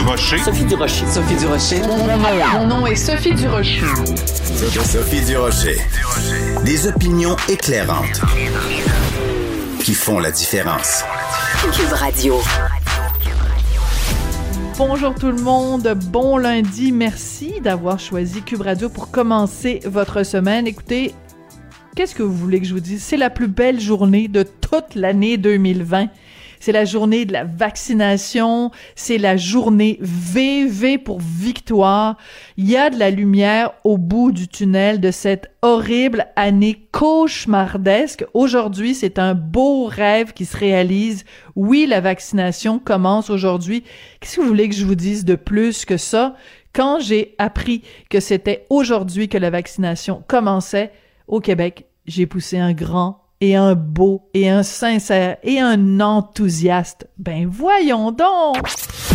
Durocher. Sophie Durocher. Sophie Durocher. Mon nom est Sophie Durocher. Sophie Durocher. Des opinions éclairantes qui font la différence. Cube Radio. Bonjour tout le monde, bon lundi, merci d'avoir choisi Cube Radio pour commencer votre semaine. Écoutez, qu'est-ce que vous voulez que je vous dise? C'est la plus belle journée de toute l'année 2020. C'est la journée de la vaccination, c'est la journée VV pour victoire. Il y a de la lumière au bout du tunnel de cette horrible année cauchemardesque. Aujourd'hui, c'est un beau rêve qui se réalise. Oui, la vaccination commence aujourd'hui. Qu'est-ce que vous voulez que je vous dise de plus que ça? Quand j'ai appris que c'était aujourd'hui que la vaccination commençait au Québec, j'ai poussé un grand et un beau, et un sincère, et un enthousiaste. Ben voyons donc!